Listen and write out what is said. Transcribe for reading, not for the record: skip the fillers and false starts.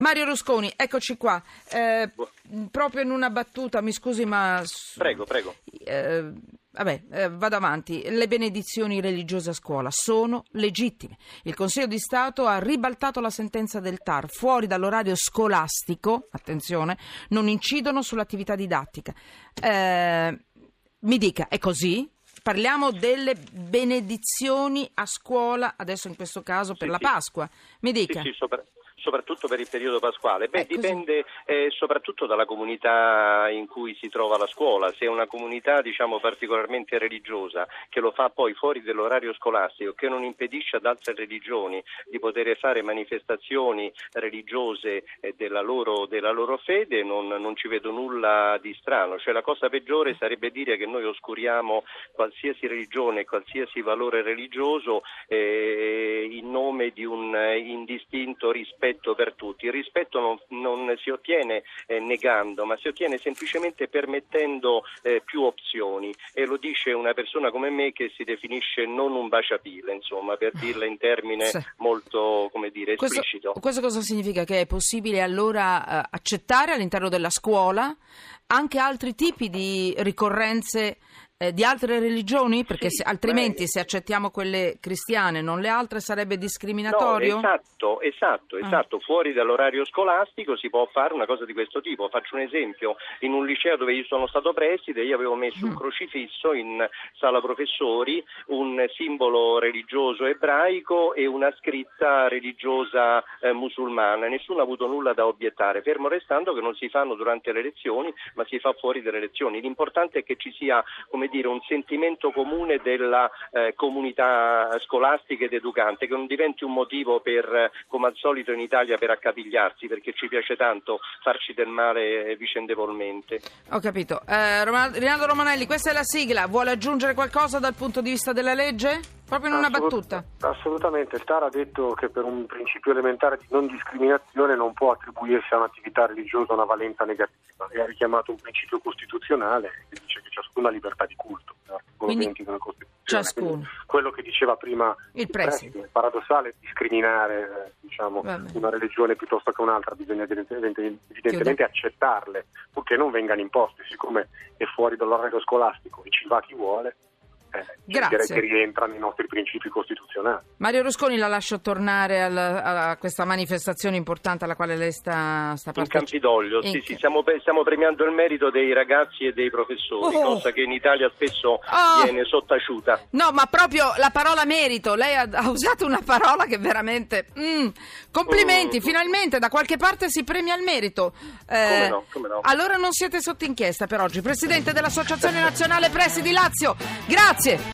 Mario Rusconi, eccoci qua. Proprio in una battuta, mi scusi, ma... Prego. Vado avanti. Le benedizioni religiose a scuola sono legittime. Il Consiglio di Stato ha ribaltato la sentenza del TAR. Fuori dall'orario scolastico, attenzione, non incidono sull'attività didattica. Mi dica, è così? Parliamo delle benedizioni a scuola, adesso in questo caso per la Pasqua. Mi dica. Sì, soprattutto per il periodo pasquale. Dipende soprattutto dalla comunità in cui si trova la scuola. Se è una comunità particolarmente religiosa, che lo fa poi fuori dell'orario scolastico, che non impedisce ad altre religioni di poter fare manifestazioni religiose della loro fede, non ci vedo nulla di strano. Cioè, la cosa peggiore sarebbe dire che noi oscuriamo qualsiasi religione, qualsiasi valore religioso in nome di un indistinto rispetto per tutti. Il rispetto non si ottiene negando, ma si ottiene semplicemente permettendo più opzioni, e lo dice una persona come me che si definisce non un baciapile, insomma, per dirla in termine molto, esplicito. Questo cosa significa? Che è possibile allora accettare all'interno della scuola anche altri tipi di ricorrenze di altre religioni? Perché altrimenti se accettiamo quelle cristiane non le altre sarebbe discriminatorio? No, esatto. Fuori dall'orario scolastico si può fare una cosa di questo tipo. Faccio un esempio: in un liceo dove io sono stato preside, io avevo messo un crocifisso in sala professori, un simbolo religioso ebraico e una scritta religiosa musulmana. Nessuno ha avuto nulla da obiettare, fermo restando che non si fanno durante le lezioni, ma si fa fuori dalle lezioni. L'importante è che ci sia, un sentimento comune della comunità scolastica ed educante, che non diventi un motivo per, come al solito in Italia, per accapigliarsi, perché ci piace tanto farci del male vicendevolmente. Ho capito. Rinaldo Romanelli, questa è la sigla. Vuole aggiungere qualcosa dal punto di vista della legge? Proprio in una battuta. Assolutamente. Il TAR ha detto che per un principio elementare di non discriminazione non può attribuirsi a un'attività religiosa una valenza negativa, e ha richiamato un principio costituzionale che dice che ciascuna ha libertà di culto, l'articolo 20 della Costituzione. Ciascuno. Quello che diceva prima il preside. È paradossale discriminare una religione piuttosto che un'altra. Bisogna evidentemente accettarle, purché non vengano imposte. Siccome è fuori dall'orario scolastico e ci va chi vuole, direi che rientra nei nostri principi costituzionali. Mario Rusconi, la lascio tornare a questa manifestazione importante alla quale lei sta partecipando. In Campidoglio, sì, stiamo premiando il merito dei ragazzi e dei professori, cosa che in Italia spesso viene sottaciuta. No, ma proprio la parola merito, lei ha usato una parola che veramente... complimenti, finalmente da qualche parte si premia il merito. Come no. Allora non siete sotto inchiesta per oggi. Presidente dell'Associazione Nazionale Presidi Lazio, grazie.